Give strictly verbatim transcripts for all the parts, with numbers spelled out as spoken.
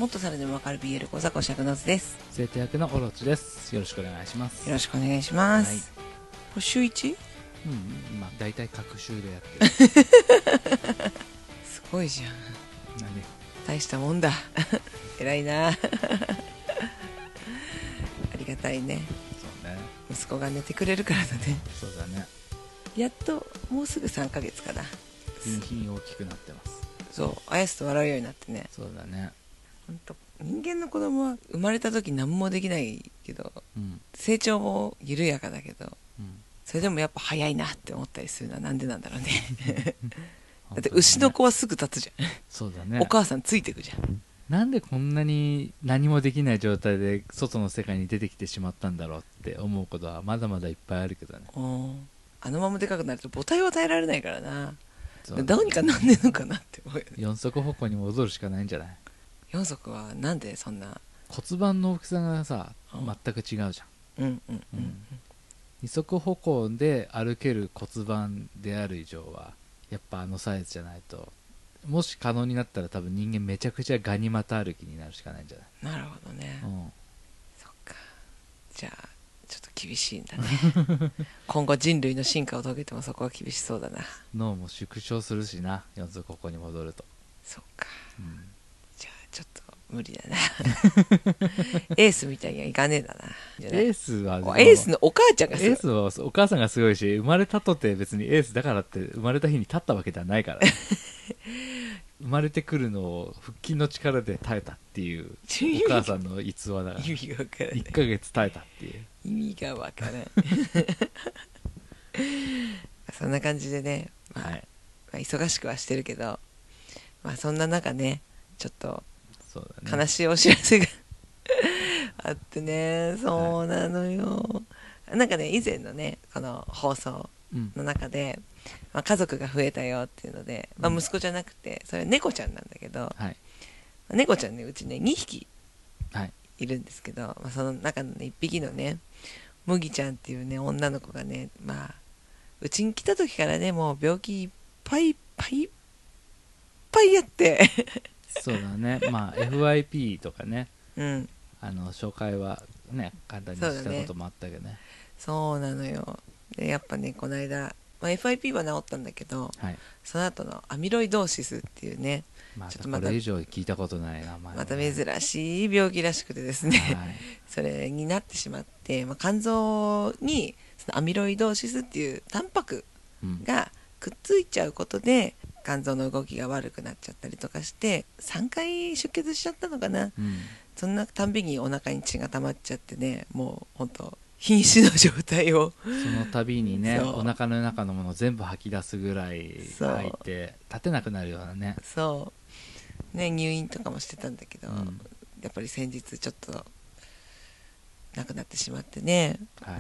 もっとさらにもわかる ビーエル 講座講師役の図です。 生徒役のオロチです。よろしくお願いします。 よろしくお願いします。はい、これ週 いち？ うん、まあ大体各週でやってる。 すごいじゃん。 何？ 大したもんだ。偉いな。ありがたいね。 そうね。 息子が寝てくれるからだね。 そうだね。 やっともうすぐさんかげつかな。 日に日に大きくなってます。 そう、あやすと笑うようになってね。 そうだね。 ほんと人間の子供は生まれた時何もできないけど、 うん、 成長も緩やかだけど、うん、それでもやっぱ早いなって思ったりするのはなんでなんだろうね。だって牛の子はすぐ立つじゃん。 そうだね。 お母さんついてくじゃん。 なんでこんなに何もできない状態で外の世界に出てきてしまったんだろうって思うことはまだまだいっぱいあるけどね。 あのままでかくなると母体は耐えられないからな。どうにかなんねえのかなって思うよね。 四足歩行に戻るしかないんじゃない？ 四足はなんでそんな骨盤の大きさがさ、うん、全く違うじゃん。 うんうんうん、うん、 二足歩行で歩ける骨盤である以上はやっぱあのサイズじゃないと、もし可能になったら多分人間めちゃくちゃガニ股歩きになるしかないんじゃない？ なるほどね、うん、そっか。じゃあちょっと厳しいんだね。今後人類の進化を遂げてもそこは厳しそうだな。 脳も縮小するしな、四足歩行に戻ると。 そっか、うん、じゃあちょっと無理だな。エースみたいにはいかねえだな。 エースはエースのお母ちゃんがすごい。 エースはお母さんがすごいし、生まれたとて別にエースだからって生まれた日に立ったわけではないから、ね、生まれてくるのを腹筋の力で耐えたっていうお母さんの逸話だから。 意味が分からない。 いっかげつ耐えたっていう意味が分からない。そんな感じでね、まあ、はい、まあ忙しくはしてるけど、まあそんな中ね、ちょっと悲しいお知らせがあってね。そうなのよ、はい、なんかね以前のねこの放送の中で、うんまあ、家族が増えたよっていうので、まあ、息子じゃなくてそれは猫ちゃんなんだけど、はいまあ、猫ちゃんねうちねにひきいるんですけど、まあ、その中のねいっぴきのね麦ちゃんっていうね女の子がね、まあうちに来た時からねもう病気いっぱいいっぱいいっぱいやってそうだね。まあ エフワイピー とかね、 うん、 あの紹介はね簡単にしたこともあったけどね。 そうなのよ。でやっぱねこの間、まあ、エフアイピー は治ったんだけど、はい、その後のアミロイドーシスっていうね、 またこれ以上聞いたことない名前、ね、 また珍しい病気らしくてですね、はい、それになってしまって、まあ、肝臓にそのアミロイドーシスっていうタンパクがくっついちゃうことで、うん、肝臓の動きが悪くなっちゃったりとかしてさんかい出血しちゃったのかな、うん、そんなたんびにお腹に血が溜まっちゃってね、もう本当瀕死の状態をその度にねお腹の中のものを全部吐き出すぐらい吐いて立てなくなるようなね。 そうね、入院とかもしてたんだけど、うん、やっぱり先日ちょっと亡くなってしまってね、はい、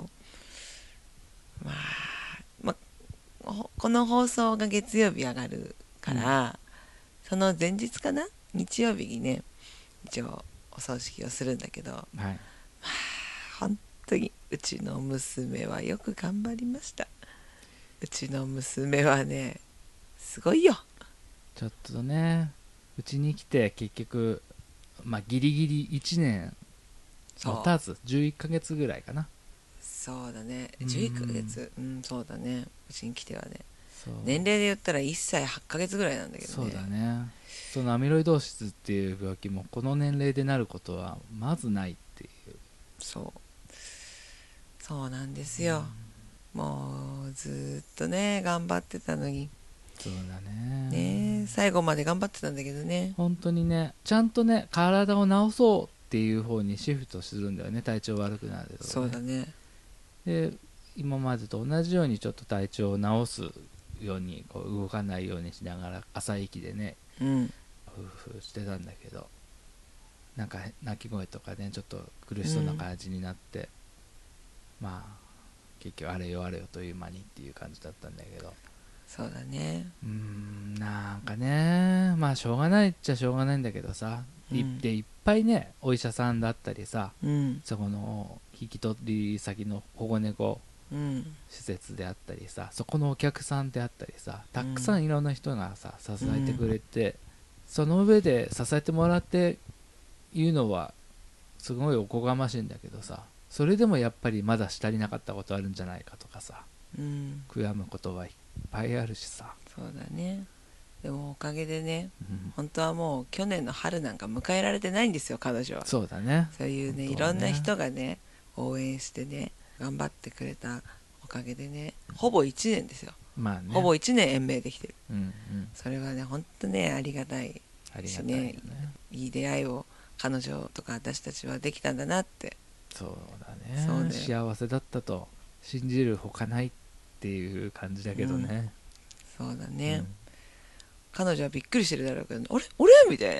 そうまあ、まあ、この放送が月曜日上がるから、うん、その前日かな日曜日にね一応お葬式をするんだけど、はい、まあ本当にうちの娘はよく頑張りました。うちの娘はねすごいよ。 ちょっとねうちに来て結局まあギリギリいちねん持たずじゅういっかげつぐらいかな。 そうだねじゅういっかげつ、うん、うん、そうだねうちに来てはね。年齢で言ったらいっさいはちかげつぐらいなんだけどね。 そうだね。そのアミロイドーシスっていう病気もこの年齢でなることはまずないっていう。 そうそうなんですよ、うん、もうずっとね頑張ってたのに。 そうだねね最後まで頑張ってたんだけどね。 本当にねちゃんとね体を治そうっていう方にシフトするんだよね、体調悪くなると、ね、 そうだね。 で今までと同じようにちょっと体調を治すようにこう動かないようにしながら浅い息でね、うん、夫婦してたんだけどなんか泣き声とかねちょっと苦しそうな感じになって、うん、まあ結局あれよあれよという間にっていう感じだったんだけど。 そうだね。 うーんなんかねまあしょうがないっちゃしょうがないんだけどさ、うん、でいっぱいねお医者さんだったりさ、うん、そこの引き取り先の保護猫施設であったりさ、そこのお客さんであったりさたくさんいろんな人がさ支えてくれて、うん、その上で支えてもらって言うのはすごいおこがましいんだけどさ、それでもやっぱりまだし足りなかったことあるんじゃないかとかさ、うん、悔やむことはいっぱいあるしさ。 そうだね。でもおかげでね、うん、本当はもう去年の春なんか迎えられてないんですよ、彼女は。 そうだね。 そういうね、いろんな人がね応援してね頑張ってくれたおかげでね、ほぼいちねんですよ。まあね、ほぼいちねん延命できてる、うんうん、それはね本当ねありがたいしね、ね、いい出会いを彼女とか私たちはできたんだなって。 そうだね。そう幸せだったと信じるほかないっていう感じだけどね、 うん、そうだね、うん、彼女はびっくりしてるだろうけど、あれ俺みたいな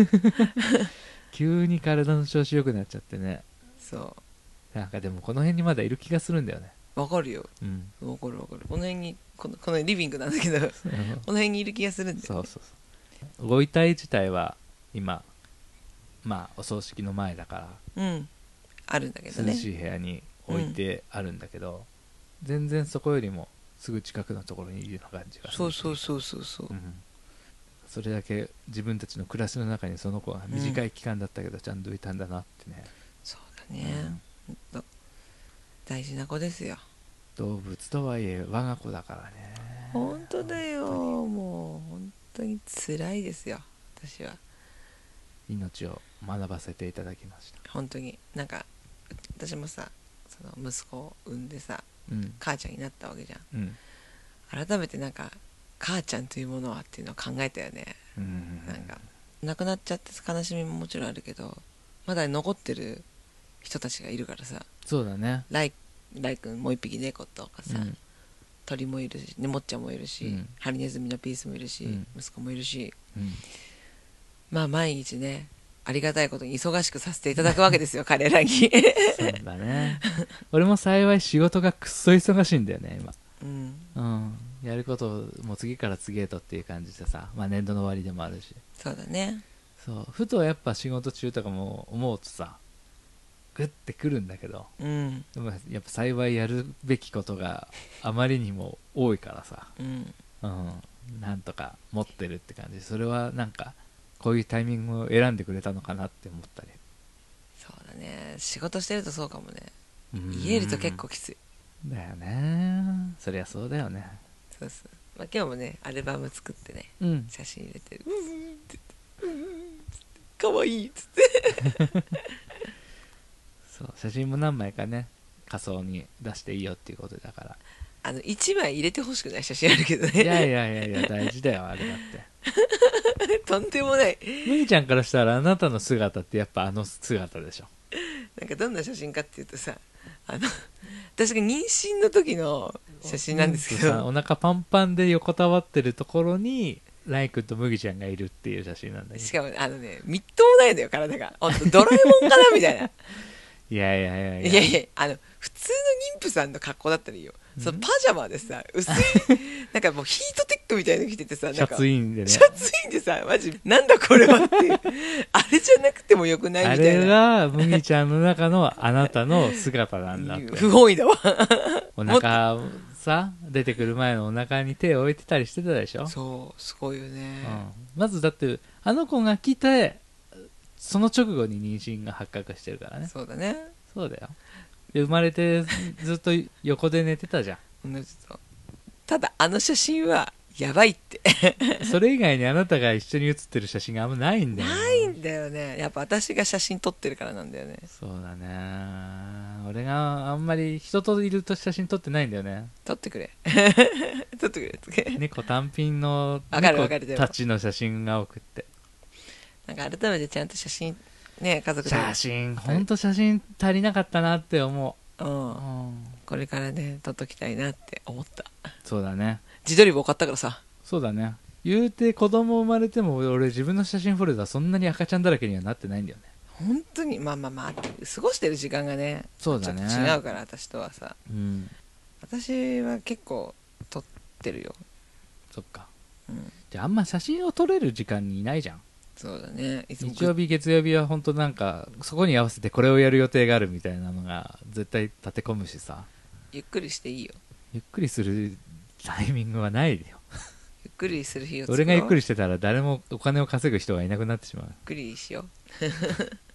急に体の調子良くなっちゃってね。 そうなんかでもこの辺にまだいる気がするんだよね。 わかるよ、うん、わかるわかる。この辺にこの、このリビングなんだけどこの辺にいる気がするんだよね。そうそうそう。ご遺体自体は今まあお葬式の前だからうんあるんだけどね、 涼しい部屋に置いてあるんだけど、うん、全然そこよりもすぐ近くのところにいるような感じがする。 そうそうそうそうそう、うん、 それだけ自分たちの暮らしの中にその子は短い期間だったけどちゃんといたんだなってね、うん、 そうだね、うん、大事な子ですよ。 動物とはいえ我が子だからね。 本当だよ、もう本当に辛いですよ。私は命を学ばせていただきました。 本当になんか私もさ、その息子を産んでさ、うん、母ちゃんになったわけじゃん、うん、改めてなんか母ちゃんというものはっていうのを考えたよね、うん、なんか亡くなっちゃって悲しみももちろんあるけど、まだ残ってる人たちがいるからさ。 そうだね。 ライライ君もう一匹猫とかさ、うん、鳥もいるし、ねもっちゃんもいるし、うん、ハリネズミのピースもいるし、うん、息子もいるし、うん、まあ毎日ねありがたいことに忙しくさせていただくわけですよ彼らにそうだね。俺も幸い仕事がくっそ忙しいんだよね今、うんうん、やることも次から次へとっていう感じでさ、まあ、年度の終わりでもあるし。 そうだね。 そうふとやっぱ仕事中とかも思うとさグッてくるんだけど、うん、でもやっぱ幸いやるべきことがあまりにも多いからさ、うんうん、なんとか持ってるって感じ。それはなんかこういうタイミングを選んでくれたのかなって思ったり。 そうだね、仕事してるとそうかもね。家いると結構きついだよね。そりゃそうだよね。 そうそう、まあ、今日もねアルバム作ってね、うん、写真入れて「うんうん」って言って「うんうん」かわいいっつってそう写真も何枚かね仮想に出していいよっていうことだから、 あのいちまい入れてほしくない写真あるけどね。 いやいやいやいや大事だよあれだってとんでもない。 むぎちゃんからしたらあなたの姿ってやっぱあの姿でしょ。 なんかどんな写真かっていうとさ、あの私が妊娠の時の写真なんですけど、 お腹パンパンで横たわってるところにライ君と麦ちゃんがいるっていう写真なんだけど、 しかもあのねみっともないのよ体が。ほんとドラえもんかなみたいな。 いやいやいやいやいやいや、あの普通の妊婦さんの格好だったらいいよ。そのパジャマでさ薄いなんかもうヒートテックみたいなの着ててさ、なんかシャツインでね、 シャツインでさマジなんだこれはっていうあれじゃなくてもよくないみたいな。あれが麦ちゃんの中のあなたの姿なんだって。 不本意だわお腹さ出てくる前のお腹に手を置いてたりしてたでしょ。 そうすごいよね、 うん、まずだってあの子が来てその直後に妊娠が発覚してるからね。 そうだね。 そうだよ。生まれてずっと横で寝てたじゃんただあの写真はやばいってそれ以外にあなたが一緒に写ってる写真があんまないんだよ。 ないんだよね。やっぱ私が写真撮ってるからなんだよね。 そうだね。俺があんまり人といると写真撮ってないんだよね。 撮ってくれ撮ってくれ猫単品の猫たちの写真が多くって、 なんか改めてちゃんと写真ね、家族で写真ほんと写真足りなかったなって思う、うんうん、これからね撮っときたいなって思った。 そうだね。 自撮り棒買ったからさ。 そうだね。言うて子供生まれても俺自分の写真フォルダそんなに赤ちゃんだらけにはなってないんだよね。 本当にまあまあまあ過ごしてる時間がねそうだねちょっと違うから私とはさ、うん、私は結構撮ってるよ。 そっか、うん、じゃああんま写真を撮れる時間にいないじゃん。 そうだね。いつも日曜日月曜日は本当なんかそこに合わせてこれをやる予定があるみたいなのが絶対立て込むしさ。 ゆっくりしていいよ。 ゆっくりするタイミングはないよ。 ゆっくりする日を俺がゆっくりしてたら誰もお金を稼ぐ人がいなくなってしまう。 ゆっくりしよう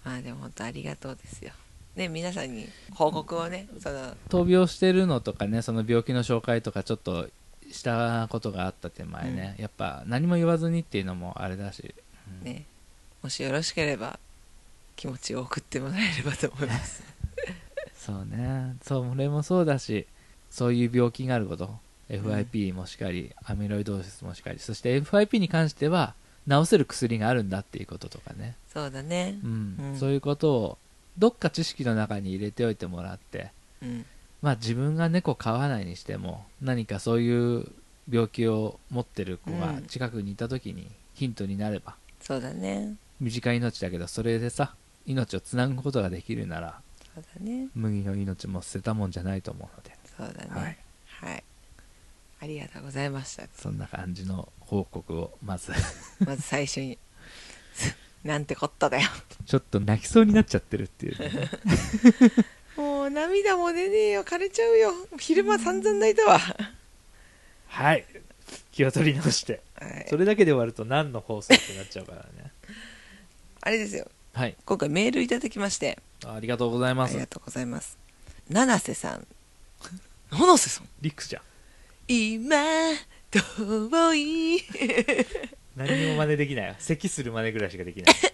まあでも本当ありがとうですよね、皆さんに報告をね、その闘病してるのとかね、その病気の紹介とかちょっとしたことがあった手前ね、うん、やっぱ何も言わずにっていうのもあれだし、 うん、ね、もしよろしければ気持ちを送ってもらえればと思いますそうね、それもそうだし、そういう病気があること、エフアイピー もしかり、うん、アミロイドーシスもしかり、そして エフアイピー に関しては治せる薬があるんだっていうこととかね、 そうだね、 うんうん、そういうことをどっか知識の中に入れておいてもらって、うん、まあ自分が猫飼わないにしても何かそういう病気を持ってる子が近くにいた時にヒントになれば、うん、 そうだね、 短い命だけどそれでさ命をつなぐことができるなら、 そうだね、 麦の命も捨てたもんじゃないと思うので、 そうだね、はい、はい、ありがとうございました。 そんな感じの報告をまずまず最初になんてこっただよちょっと泣きそうになっちゃってるっていう、ね、 もう涙も出ねえよ、枯れちゃうよ、昼間散々泣いたわはい、気を取り直して、はい、それだけで終わると何の放送ってなっちゃうからねあれですよ、 はい、 今回メールいただきまして、 ありがとうございます。 ありがとうございます。七瀬さん七瀬さんリックスじゃん。 今遠い何にも真似できないよ、咳する真似ぐらいしかできない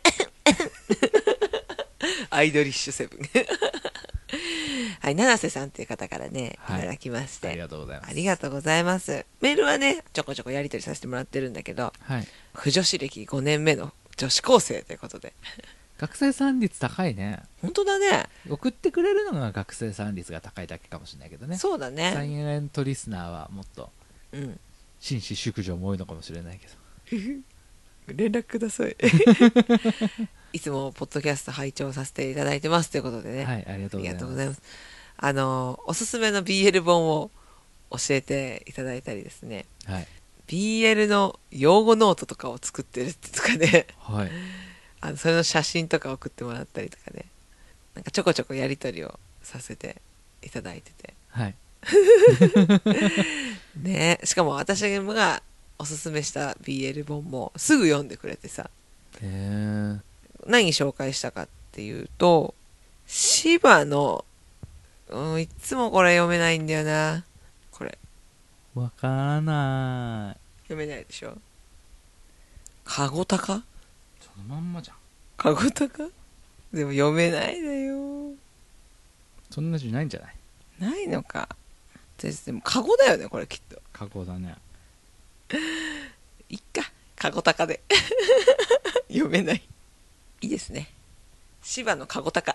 アイドリッシュセブンはい、七瀬さんっていう方からね、はい、いただきまして、 ありがとうございます。 ありがとうございます。メールはねちょこちょこやり取りさせてもらってるんだけど、はい、不女子歴ごねんめの女子高生ということで学生さん率高いね。 本当だね。 送ってくれるのが学生さん率が高いだけかもしれないけどね。 そうだね。 サイレントリスナーはもっと、うん、紳士淑女も多いのかもしれないけど連絡くださいいつもポッドキャスト拝聴させていただいてますということでね、 はい、ありがとうございます。 あのおすすめの ビーエル 本を教えていただいたりですね、はい、ビーエル の用語ノートとかを作ってるってとかね、はい、あのそれの写真とか送ってもらったりとかね、なんかちょこちょこやり取りをさせていただいてて、はいね、しかも私がおすすめした ビーエル 本もすぐ読んでくれてさ、へー、何紹介したかっていうと、芝の、うん、いつもこれ読めないんだよな、これわからない、 読めないでしょ。かごたか、 そのまんまじゃん。 かごたかでも読めないだよ。 そんな字ないんじゃない。 ないのか。でもかごだよねこれきっと。 かごだね。 いっか、かごたかで読めない。いいですね、芝のかごたか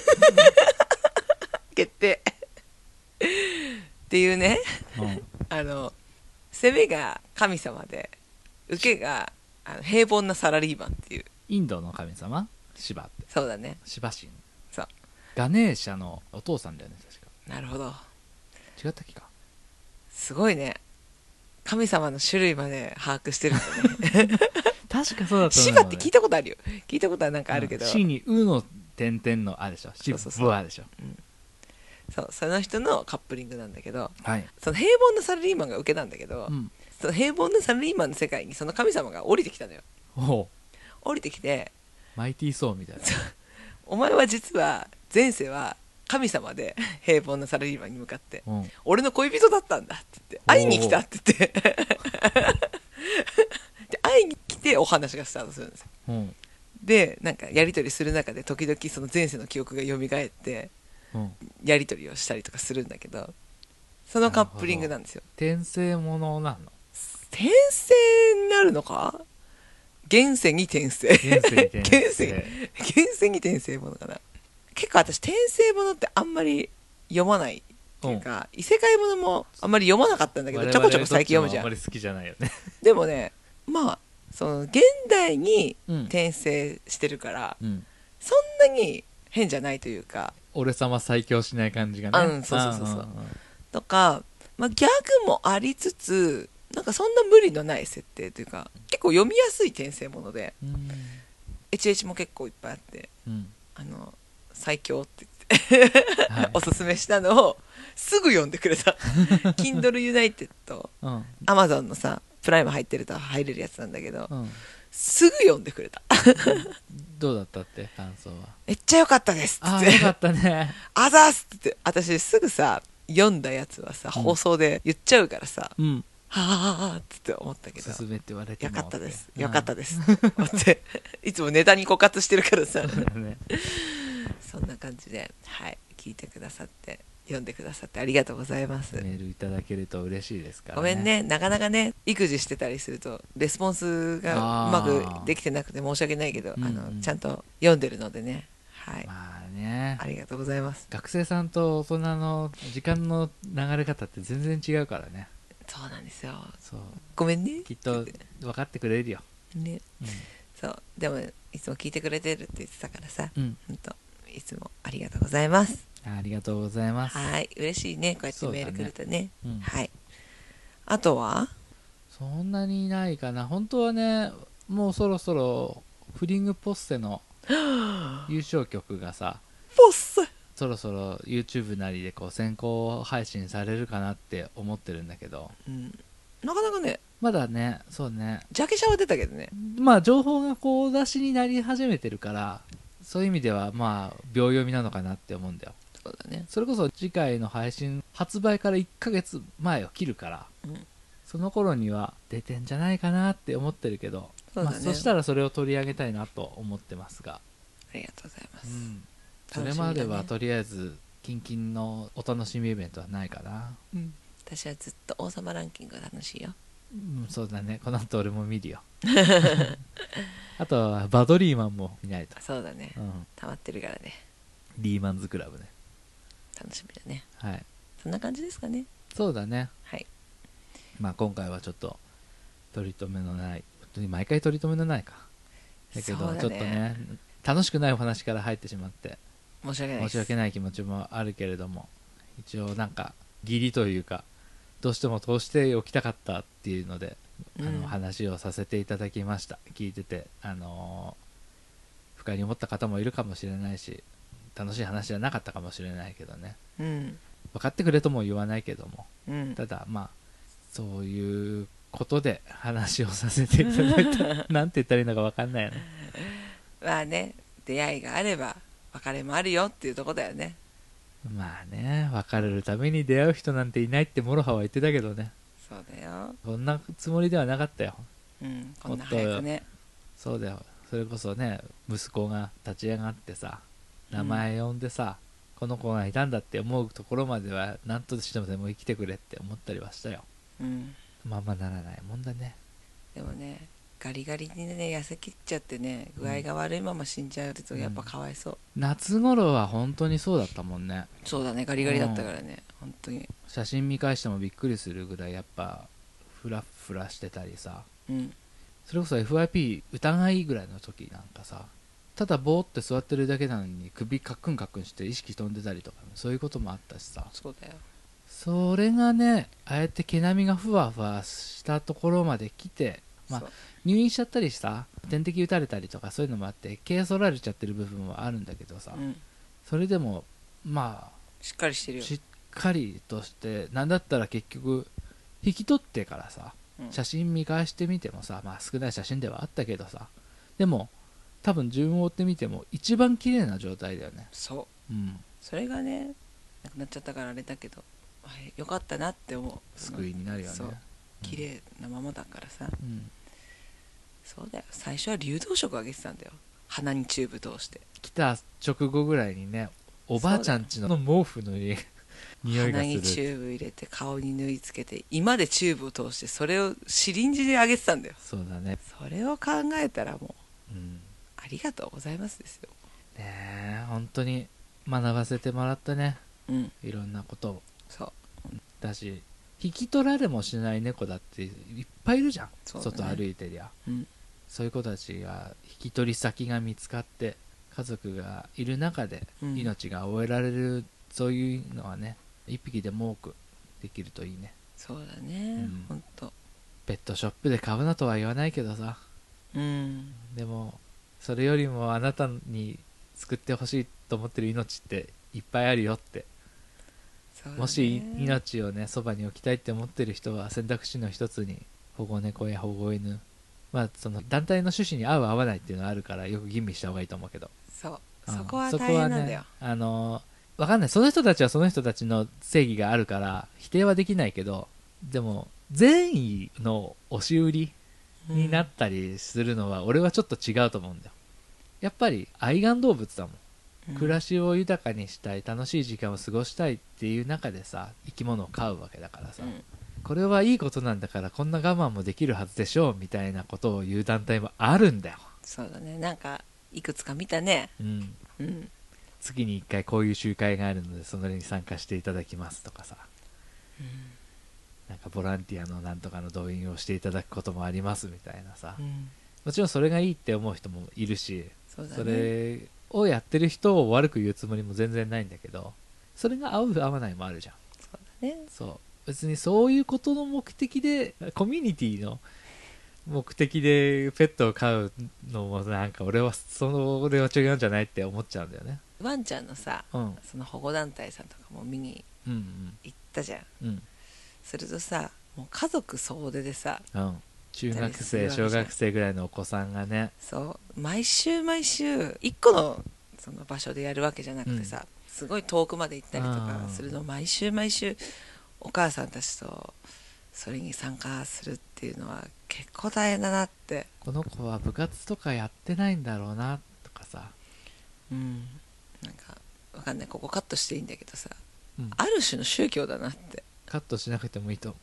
決定っていうね、うん、あの攻めが神様で受けがあの平凡なサラリーマンっていう、 インドの神様シバって。 そうだね、 シバ神。 そう、 ガネーシャのお父さんだよね確か。 なるほど、 違ったっけか。 すごいね、神様の種類まで把握してるんだね確かそうだった、ね、 シバって聞いたことあるよ、聞いたことはなんかあるけど、 シにウの点々のあでしょ、シブワでしょ、 うん、そうその人のカップリングなんだけど、はい、その平凡なサラリーマンが受けなんだけど、うん、その平凡なサラリーマンの世界にその神様が降りてきたのよ。お降りてきて、 マイティーソーみたいなお前は実は前世は神様で平凡なサラリーマンに向かって、うん、俺の恋人だったんだって言って会いに来たって言ってで会いに来てお話がスタートするんですよ、うん、でなんかやり取りする中で時々その前世の記憶が蘇って、うん、やり取りをしたりとかするんだけど、そのカップリングなんですよ。 転生ものなの。 転生になるのか、現世に転生現世に転生現世現世に転生ものかな。結構私転生ものってあんまり読まないっていうか、うん、異世界ものもあんまり読まなかったんだけど、ちょこちょこ最近読むじゃん。 あんまり好きじゃないよねでもね、まあその現代に転生してるから、うん、そんなに変じゃないというか、 俺様最強しない感じがね、 うん、そうそうそうそう、とか、まあ、ギャグもありつつなんかそんな無理のない設定というか、結構読みやすい転生もので、うん、エイチエイチ も結構いっぱいあって、うん、あの最強って言って、はい、おすすめしたのをすぐ読んでくれたKindle United、うん、Amazon のさプライム入ってると入れるやつなんだけど、うん、すぐ読んでくれたどうだったって感想は。 めっちゃ良かったですっつっああよかてったね。 あざーすっつって私すぐさ読んだやつはさ、 うん放送で言っちゃうからさ、 うんはあっつって思ったけど、 おすすめって言われてもよかったですうんよかったですって思っていつもネタに枯渇してるからさそうだね。 そんな感じで、はい、聞いてくださって読んでくださってありがとうございます。 メールいただけると嬉しいですからね。 ごめんね、なかなかね育児してたりするとレスポンスがうまくできてなくて申し訳ないけど、 うんうん、 あのちゃんと読んでるのでね、はい、 まあね、 ありがとうございます。 学生さんと大人の時間の流れ方って全然違うからね。 そうなんですよ。 そうごめんねきっと分かってくれるよ。 ね、 うん、 そうでもいつも聞いてくれてるって言ってたからさ、 うん、 ほんといつもありがとうございます。 ありがとうございます。 はい嬉しいね、こうやってメールくれてね、 うん、 はい。あとはそんなにないかな。本当はね、もうそろそろフリングポッセの優勝曲がさポッセそろそろ YouTube なりでこう先行配信されるかなって思ってるんだけど、 うん、なかなかねまだね、そうね、 ジャケ写は出たけどね、 まあ情報がこう出しになり始めてるから、そういう意味ではまあ秒読みなのかなって思うんだよ。 そうだね、 それこそ次回の配信発売からいっかげつまえを切るから、 うん、 その頃には出てんじゃないかなって思ってるけど、 そうだね、 まあ、そしたらそれを取り上げたいなと思ってますが、 ありがとうございます、 うん、そ楽しみだね。 れまではとりあえずキンキンのお楽しみイベントはないかな。 うん、私はずっと王様ランキングが楽しいよ。 うん、そうだね、この後俺も見るよあとはバドリーマンも見ないと。 そうだね、 うん、 溜まってるからね、 リーマンズクラブね。 楽しみだね。 はい、 そんな感じですかね。 そうだね。 はい、 まあ今回はちょっと取り留めのない、本当に毎回取り留めのないかだけど、 そうだね、 ちょっとね楽しくないお話から入ってしまって申し訳ないです。 申し訳ない気持ちもあるけれども、一応なんか義理というかどうしても通しておきたかったっていうので、うん、あの話をさせていただきました。聞いてて、あのー、不快に思った方もいるかもしれないし、楽しい話じゃなかったかもしれないけどね、うん、分かってくれとも言わないけども、うん、ただまあそういうことで話をさせていただいたなんて言ったらいいのか分かんないよねまあね、出会いがあれば別れもあるよっていうとこだよね。 まあね、別れるために出会う人なんていないってモロハは言ってたけどね。 そうだよ、 そんなつもりではなかったよ。 うん、こんな早くね。 そうだよ、それこそね、息子が立ち上がってさ、名前呼んでさ、うん、この子がいたんだって思うところまでは何としてもでも生きてくれって思ったりはしたよ。うん、まあまあならないもんだね。 でもね、ガリガリにね痩せきっちゃってね、具合が悪いまま死んじゃうとやっぱかわいそう、 うん、夏頃は本当にそうだったもんね。 そうだね、ガリガリだったからね、うん、本当に写真見返してもびっくりするぐらいやっぱフラフラしてたりさ、うん、それこそ エフワイピー 疑いぐらいの時なんかさ、ただボーって座ってるだけなのに首カックンカックンして意識飛んでたりとか、そういうこともあったしさ。 そうだよ、 それがね、ああやって毛並みがふわふわしたところまで来て、まあ、入院しちゃったりさ、点滴打たれたりとかそういうのもあって毛剃られちゃってる部分はあるんだけどさ、うん、それでもまあしっかりしてるよ、 しっかりとして、なんだったら結局引き取ってからさ、うん、写真見返してみてもさ、まあ少ない写真ではあったけどさ、でも多分順を追ってみても一番綺麗な状態だよね。 そう、うん、それがねなくなっちゃったからあれだけど、はい、よかったなって思う。 救いになるよね。そう綺麗なままだからさ、うん、そうだよ、最初は流動食あげてたんだよ、鼻にチューブ通して。 来た直後ぐらいにね、おばあちゃんちの毛布の匂いがする。 鼻にチューブ入れて顔に縫い付けて、今でチューブを通してそれをシリンジであげてたんだよ。 そうだね、 それを考えたらもう、うん、ありがとうございますですよね。え本当に学ばせてもらったね、うん、いろんなことを。そうだし、引き取られもしない猫だっていっぱいいるじゃん、ね、外歩いてりゃ、うん、そういう子たちが引き取り先が見つかって家族がいる中で命が終えられる、うん、そういうのはね、一匹でも多くできるといいね。 そうだね、うん、ほんとペットショップで買うなとは言わないけどさ、うん、でもそれよりもあなたに救ってほしいと思ってる命っていっぱいあるよって、もし命をねそばに置きたいって思ってる人は選択肢の一つに保護猫や保護犬まあその団体の趣旨に合う合わないっていうのはあるからよく吟味した方がいいと思うけど、 そう、 うん、 そこは大変なんだよ、 ね、あの分かんない、その人たちはその人たちの正義があるから否定はできないけど、でも善意の押し売りになったりするのは俺はちょっと違うと思うんだよ。やっぱり愛玩動物だもん、うん、暮らしを豊かにしたい、楽しい時間を過ごしたいっていう中でさ生き物を飼うわけだからさ、うん、これはいいことなんだからこんな我慢もできるはずでしょうみたいなことを言う団体もあるんだよ。 そうだね、なんかいくつか見たね、 うんうん、 月にいっかいこういう集会があるのでそれに参加していただきますとかさ、うん、なんかボランティアのなんとかの動員をしていただくこともありますみたいなさ、うん、もちろんそれがいいって思う人もいるし、 そうだね、それをやってる人を悪く言うつもりも全然ないんだけど、それが合う合わないもあるじゃん。 そうだね、 そう別にそういうことの目的でコミュニティの目的でペットを飼うのもなんか俺はその俺は違うんじゃないって思っちゃうんだよね。 ワンちゃんのさ、うん、その保護団体さんとかも見に行ったじゃん、うんうん、するとさもう家族総出でさ、うん、 中学生小学生ぐらいのお子さんがね、 そう毎週毎週一個のその場所でやるわけじゃなくてさ、うん、すごい遠くまで行ったりとかするのを毎週毎週お母さんたちとそれに参加するっていうのは結構大変だなって。 この子は部活とかやってないんだろうなとかさ、 うんなんかわかんない、ここカットしていいんだけどさ、うん、ある種の宗教だなってカットしなくてもいいと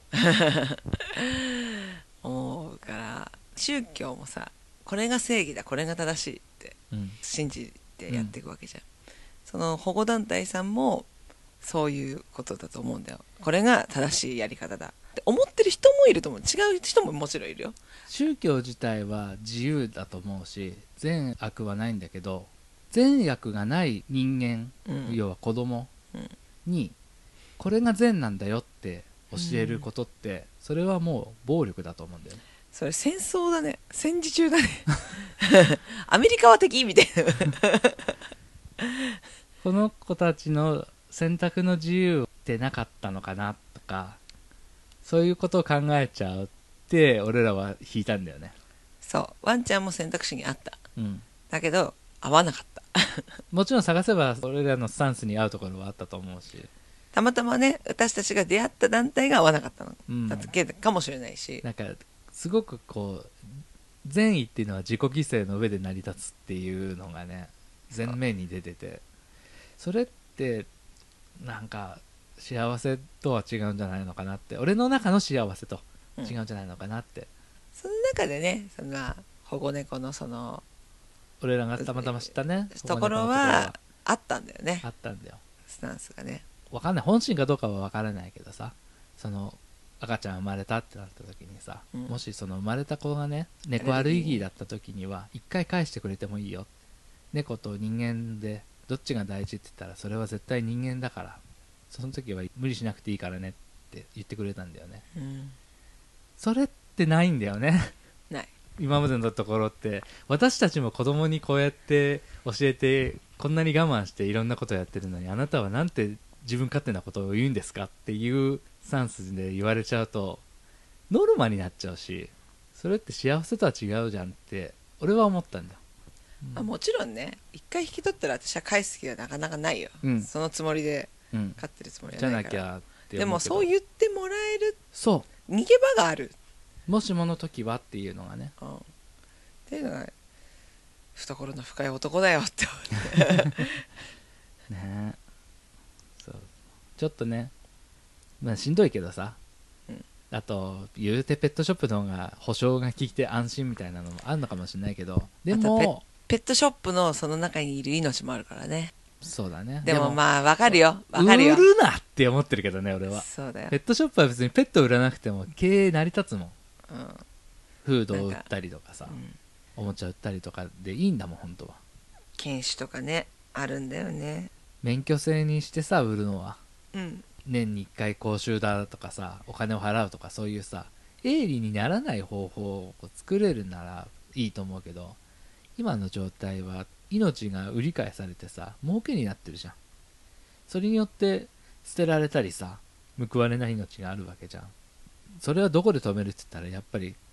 思うから、宗教もさこれが正義だこれが正しいって信じてやっていくわけじゃん、うん、その保護団体さんもそういうことだと思うんだよ。これが正しいやり方だって思ってる人もいると思う、違う人ももちろんいるよ。 宗教自体は自由だと思うし善悪はないんだけど、善悪がない人間、うん、要は子供にこれが善なんだよって教えることって、うん、それはもう暴力だと思うんだよね。 それ戦争だね、戦時中だねアメリカは敵みたいなこの子たちの選択の自由ってなかったのかなとか、そういうことを考えちゃうって俺らは引いたんだよね。 そうワンちゃんも選択肢にあった、うん、だけど合わなかったもちろん探せば俺らのスタンスに合うところはあったと思うし、 たまたまね私たちが出会った団体が合わなかったの、うん、だけかもしれないし、 なんかすごくこう善意っていうのは自己犠牲の上で成り立つっていうのがね前面に出てて、それってなんか幸せとは違うんじゃないのかなって、俺の中の幸せと違うんじゃないのかなって、うん、 その中でねその保護猫のその俺らがたまたま知ったねところはあったんだよね。 あったんだよスタンスがね。 わかんない、本心かどうかはわからないけどさ、その赤ちゃん生まれたってなった時にさ、うん、もしその生まれた子がね猫アレルギーだった時には一回返してくれてもいいよ、猫と人間でどっちが大事って言ったらそれは絶対人間だからその時は無理しなくていいからねって言ってくれたんだよね、うん、それってないんだよねない今までのところって。私たちも子供にこうやって教えてこんなに我慢していろんなことやってるのに、あなたはなんて自分勝手なことを言うんですかっていうスタンスで言われちゃうとノルマになっちゃうし、それって幸せとは違うじゃんって俺は思ったんだよ、 うん、あもちろんね一回引き取ったら私は返す気はなかなかないよ、うん、そのつもりで飼ってるつもりはないから、うん、じゃなきゃってでもそう言ってもらえる、 そう逃げ場がある、 もしもの時はっていうのがね、 うん、っていうのが懐の深い男だよって思ってねえ、そうちょっとね、まあしんどいけどさ、うん、あと言うてペットショップの方が保証が効いて安心みたいなのもあるのかもしれないけど、でもペ、ペットショップのその中にいる命もあるからね。 そうだね。 でもまあ分かるよ分かるよ、 売るなって思ってるけどね俺は。 そうだよ、 ペットショップは別にペット売らなくても経営成り立つもん、うん、フードを売ったりとかさ、うん、おもちゃ売ったりとかでいいんだもん本当は。 犬種とかねあるんだよね、 免許制にしてさ売るのは、 うん、 年にいっかい講習だとかさお金を払うとかそういうさ営利にならない方法を作れるならいいと思うけど、今の状態は命が売り買いされてさ儲けになってるじゃん。それによって捨てられたりさ報われない命があるわけじゃん。それはどこで止めるって言ったらやっぱり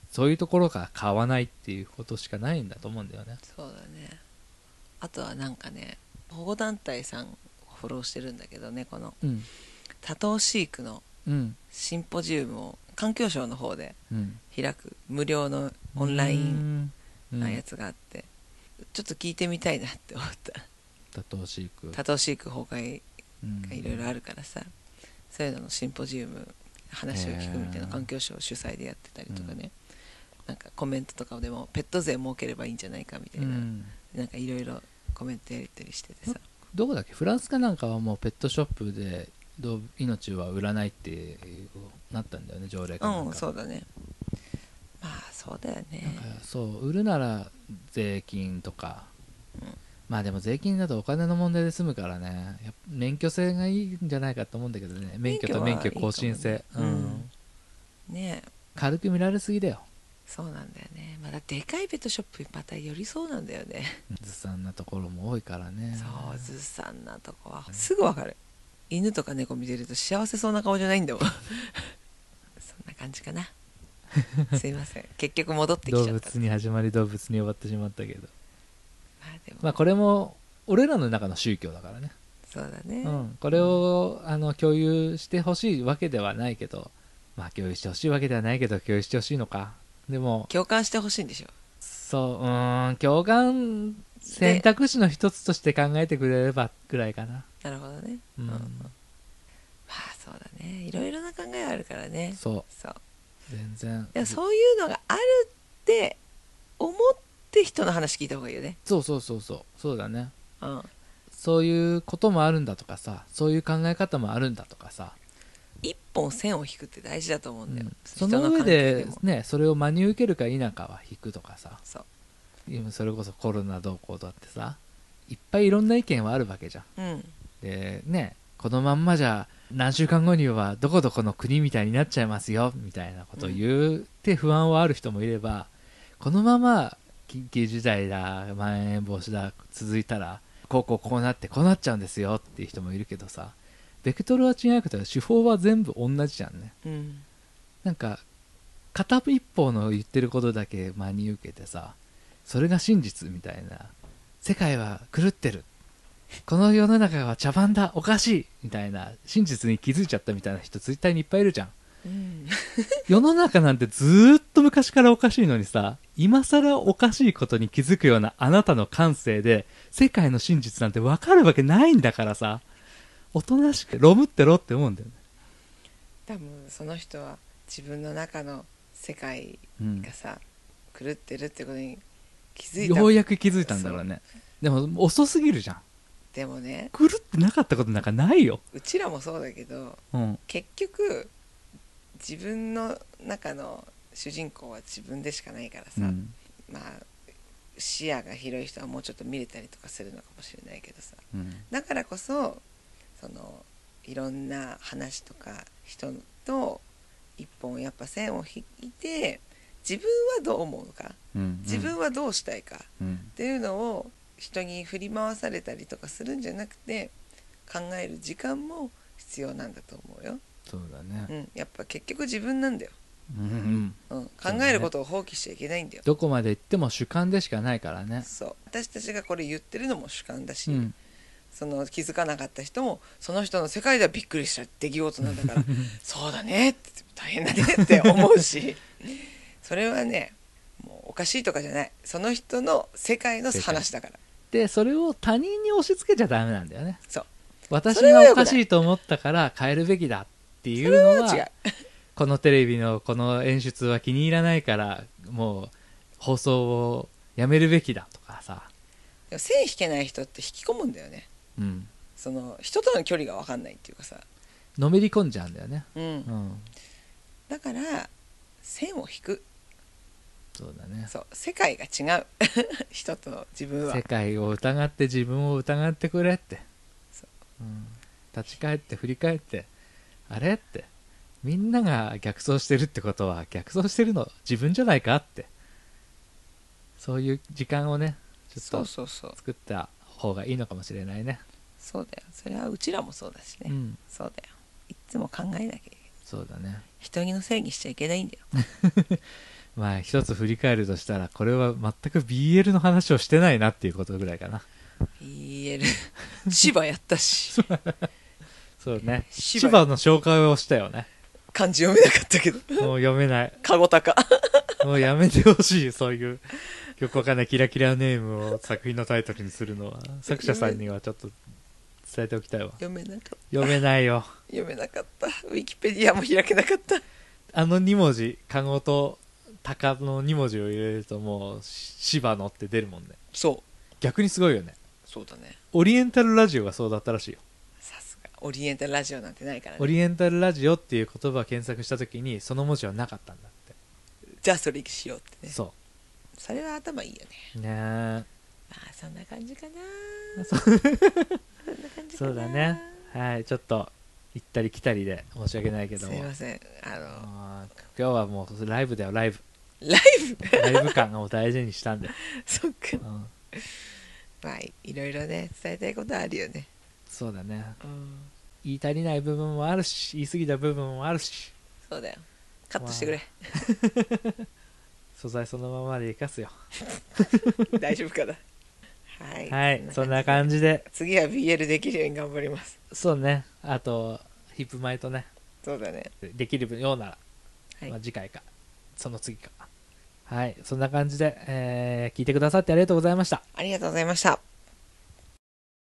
そういうところから買わないっていうことしかないんだと思うんだよね。 そうだね。あとはなんかね、保護団体さんをフォローしてるんだけどね、この、うん、多頭飼育のシンポジウムを環境省の方で開く無料のオンラインなやつがあって、うん、ちょっと聞いてみたいなって思った。 多頭飼育多頭飼育崩壊がいろいろあるからさ、そういうののシンポジウム話を聞くみたいな環境省主催でやってたりとかね、なんかコメントとかでもペット税設ければいいんじゃないかみたいな、うん、なんかいろいろコメントやりたりしててさ、 どこだっけ、フランスかなんかはもうペットショップで命は売らないってなったんだよね、条例かなんか。 うん、そうだね。まあそうだよね。 なんかそう売るなら税金とか、うん、まあでも税金だとお金の問題で済むからね、やっぱ免許制がいいんじゃないかと思うんだけどね。免許と免許更新制、いい、ね、うん、 ねえ、 軽く見られすぎだよ。 そうなんだよね。まだでかいペットショップにまた寄りそうなんだよね。 ずさんなところも多いからね。 そうずさんなとこはすぐわかる。犬とか猫見てると幸せそうな顔じゃないんだもん。そんな感じかな。すいません、結局戻ってきちゃった。 動物に始まり動物に終わってしまったけど、まあでも、まあこれも俺らの中の宗教だからね。 そうだね、 うん、これを、うん、あの共有してほしいわけではないけど、まあ共有してほしいわけではないけど共有してほしいのか。でも共感してほしいんでしょ。 そう、うーん、共感選択肢の一つとして考えてくれればぐらいかな。 なるほどね、うん、うん、まあそうだね、いろいろな考えがあるからね。 そうそう、 全然いや、そういうのがあるって思って人の話聞いた方がいいよね。 そうそうそうそう、そうだね、 うん、 そういうこともあるんだとかさ、そういう考え方もあるんだとかさ、 一本線を引くって大事だと思うんだよ、うん、 その上でね、それを真に受けるか否かは引くとかさ、 そう、 今それこそコロナどうこうだってさ、いっぱいいろんな意見はあるわけじゃん、 うん、 でね、このまんまじゃ何週間後にはどこどこの国みたいになっちゃいますよみたいなことを言って不安はある人もいれば、うん、このまま緊急事態だまん延防止だ続いたらこうこうこうなってこうなっちゃうんですよっていう人もいるけどさ、ベクトルは違うけど手法は全部同じじゃんね、うん、なんか片一方の言ってることだけ真に受けてさ、それが真実みたいな、世界は狂ってる、この世の中は茶番だおかしいみたいな真実に気づいちゃったみたいな人ツイッターにいっぱいいるじゃん、うん、世の中なんてずーっと昔からおかしいのにさ、今更おかしいことに気づくようなあなたの感性で世界の真実なんて分かるわけないんだからさ、おとなしくロムってろって思うんだよね。 多分その人は自分の中の世界がさ、うん、狂ってるってことに気づいた、 ようやく気づいたんだろうね。でも遅すぎるじゃん。 でもね、 狂ってなかったことなんかないよ。 うちらもそうだけど、うん、結局自分の中の主人公は自分でしかないからさ、うん、まあ視野が広い人はもうちょっと見れたりとかするのかもしれないけどさ、うん、だからこそそのいろんな話とか人と一本やっぱ線を引いて、自分はどう思うのか、うんうん、自分はどうしたいか、うん、っていうのを人に振り回されたりとかするんじゃなくて考える時間も必要なんだと思うよ。 そうだね、 うん、やっぱ結局自分なんだよ、うんうん、考えることを放棄しちゃいけないんだよ、ね、 どこまで行っても主観でしかないからね。 そう、私たちがこれ言ってるのも主観だし、うん、その気づかなかった人もその人の世界ではびっくりした出来事なんだからそうだねって大変だねって思うしそれはねもうおかしいとかじゃない、その人の世界の話だから。 でそれを他人に押し付けちゃダメなんだよね。 そう、 私がおかしいと思ったから変えるべきだっていうのは、はこのテレビのこの演出は気に入らないからもう放送をやめるべきだとかさ。 線引けない人って引き込むんだよね、うん、その人との距離が分かんないっていうかさ、 のめり込んじゃうんだよね、うんうん、 だから線を引く。 そうだね、 そう、世界が違う人と自分は。 世界を疑って自分を疑ってくれって、そう、うん、立ち返って振り返ってあれってみんなが逆走してるってことは逆走してるの自分じゃないかって、そういう時間をねちょっと作った方がいいのかもしれないね。 そうだよ、それはうちらもそうだしね、うん、そうだよ、いつも考えなきゃいけない。 そうだね、 人のせいにしちゃいけないんだよまあ一つ振り返るとしたらこれは全く ビーエル の話をしてないなっていうことぐらいかな。 ビーエル 芝やったしそうね、芝の紹介をしたよね。 漢字読めなかったけどもう読めない。 かごたかもうやめてほしい、そういうよくわかんないキラキラネームを作品のタイトルにするのは作者さんにはちょっと伝えておきたいわ。 読めなかった。 読めないよ。 読めなかった。ウィキペディアも開けなかった。 あのに文字、かごとたかのに文字を入れるともう芝野って出るもんね。 そう。 逆にすごいよね。 そうだね。 オリエンタルラジオがそうだったらしいよ。 さすが。オリエンタルラジオなんてないからね。 オリエンタルラジオっていう言葉を検索した時にその文字はなかったんだって。 じゃあそれしようってね。 そう。 それは頭いいよね。 ねえ。 まあそんな感じかな。 そそんな感じかな。 そうだね。はい、ちょっと行ったり来たりで申し訳ないけども。 すいません。あのあ今日はもうライブだよ、ライブ。 ライブライブ感を大事にしたんで。 そっか。 うん、 まあいろいろね伝えたいことあるよね。 そうだね。 うん、 言い足りない部分もあるし、言い過ぎた部分もあるし。 そうだよ。カットしてくれ。 素材そのままで生かすよ。 大丈夫かな。はい、 はい、そんな感じで次は ビーエル できるように頑張ります。 そうね、あとヒップマイとね、 そうだね、 できるようなら、はい、まあ、次回かその次か。はい、そんな感じで、えー、聞いてくださってありがとうございました。 ありがとうございました。